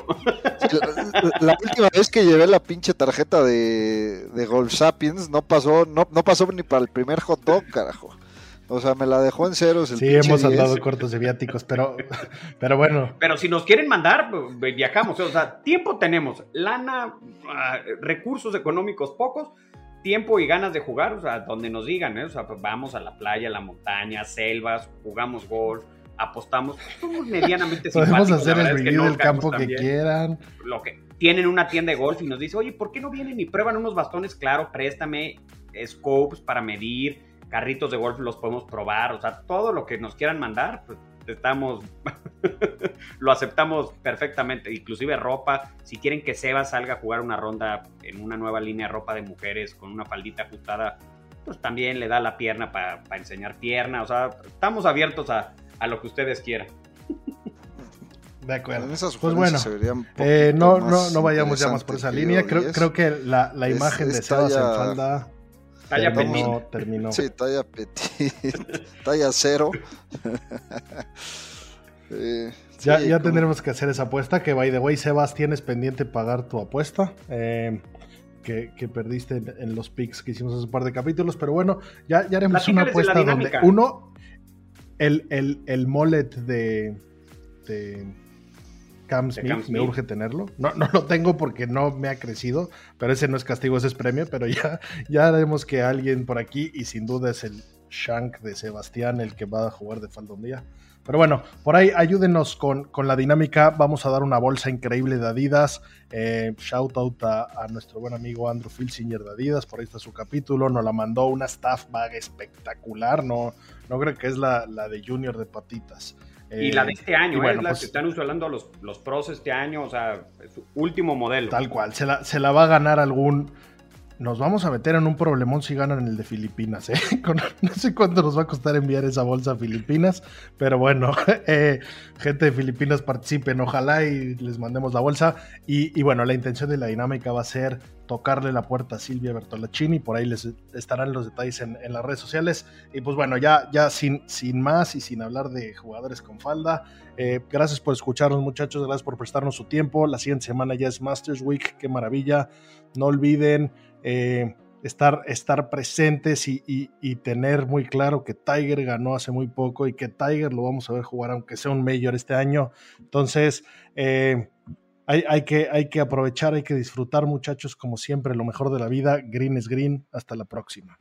La, la última vez que llevé la pinche tarjeta de, de Golf Sapiens no pasó, no, no pasó ni para el primer hot dog, carajo. O sea, me la dejó en ceros el Sí, hemos andado diez. Cortos de viáticos, pero, pero bueno. Pero si nos quieren mandar, pues, viajamos, o sea, tiempo tenemos, lana, uh, recursos económicos pocos, tiempo y ganas de jugar, o sea, donde nos digan, ¿eh? O sea, pues vamos a la playa, a la montaña, selvas, jugamos golf, apostamos, somos medianamente simpáticos. Podemos hacer el review del campo que quieran. Lo que tienen una tienda de golf y nos dice, oye, ¿por qué no vienen y prueban unos bastones? Claro, préstame scopes para medir, carritos de golf los podemos probar, o sea, todo lo que nos quieran mandar, pues estamos, lo aceptamos perfectamente, inclusive ropa, si quieren que Seba salga a jugar una ronda en una nueva línea de ropa de mujeres con una faldita ajustada, pues también le da la pierna para pa enseñar pierna, o sea, estamos abiertos a, a lo que ustedes quieran. De acuerdo, pues bueno, eh, no, no, no vayamos ya más por esa línea, creo, creo que la, la es, imagen de Sebas en falda... Talla terminó, terminó. Sí, talla petit, talla cero. eh, ya sí, ya como... tendremos que hacer esa apuesta, que by the way, Sebas, tienes pendiente pagar tu apuesta, eh, que, que perdiste en, en los picks que hicimos hace un par de capítulos, pero bueno, ya, ya haremos una apuesta donde uno, el, el, el mullet de... de Cam Smith, Cam Smith, me urge tenerlo. No, no lo tengo porque no me ha crecido, pero ese no es castigo, ese es premio, pero ya, ya haremos que alguien por aquí, y sin duda es el Shank de Sebastián el que va a jugar de falda un día. Pero bueno, por ahí ayúdenos con, con la dinámica, vamos a dar una bolsa increíble de Adidas, eh, shout out a, a nuestro buen amigo Andrew Filsinger de Adidas, por ahí está su capítulo, nos la mandó una staff bag espectacular, no, no creo que es la, la de Junior de patitas. Y eh, la de este año, bueno, es la pues, que están usando los, los pros este año, o sea, es su último modelo. Tal cual, se la, se la va a ganar algún... Nos vamos a meter en un problemón si ganan el de Filipinas, ¿eh? Con, no sé cuánto nos va a costar enviar esa bolsa a Filipinas, pero bueno, eh, gente de Filipinas participen, ojalá y les mandemos la bolsa. Y, y bueno, la intención de la dinámica va a ser tocarle la puerta a Silvia Bertolacini, por ahí les estarán los detalles en, en las redes sociales. Y pues bueno, ya, ya sin, sin más y sin hablar de jugadores con falda, eh, gracias por escucharnos, muchachos, gracias por prestarnos su tiempo. La siguiente semana ya es Masters Week, qué maravilla. No olviden eh, estar, estar presentes y, y, y tener muy claro que Tiger ganó hace muy poco y que Tiger lo vamos a ver jugar aunque sea un Major este año. Entonces, eh, Hay, hay, que, hay que aprovechar, hay que disfrutar, muchachos, como siempre, lo mejor de la vida. Green es green. Hasta la próxima.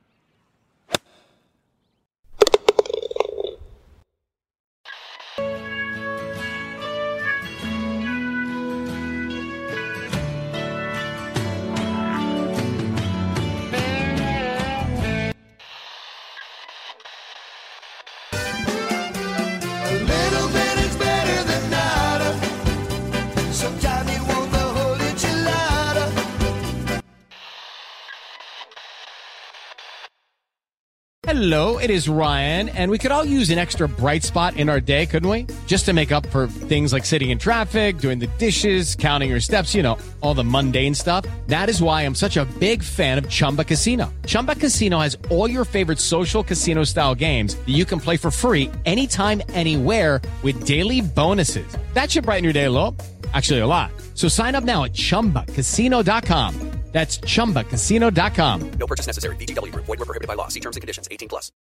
Hello, it is Ryan, and we could all use an extra bright spot in our day, couldn't we? Just to make up for things like sitting in traffic, doing the dishes, counting your steps, you know, all the mundane stuff. That is why I'm such a big fan of Chumba Casino. Chumba Casino has all your favorite social casino-style games that you can play for free anytime, anywhere with daily bonuses. That should brighten your day a little. Actually, a lot. So sign up now at chumba casino dot com. That's chumba casino dot com. No purchase necessary. V G W Group. Void where prohibited by law. See terms and conditions. eighteen plus.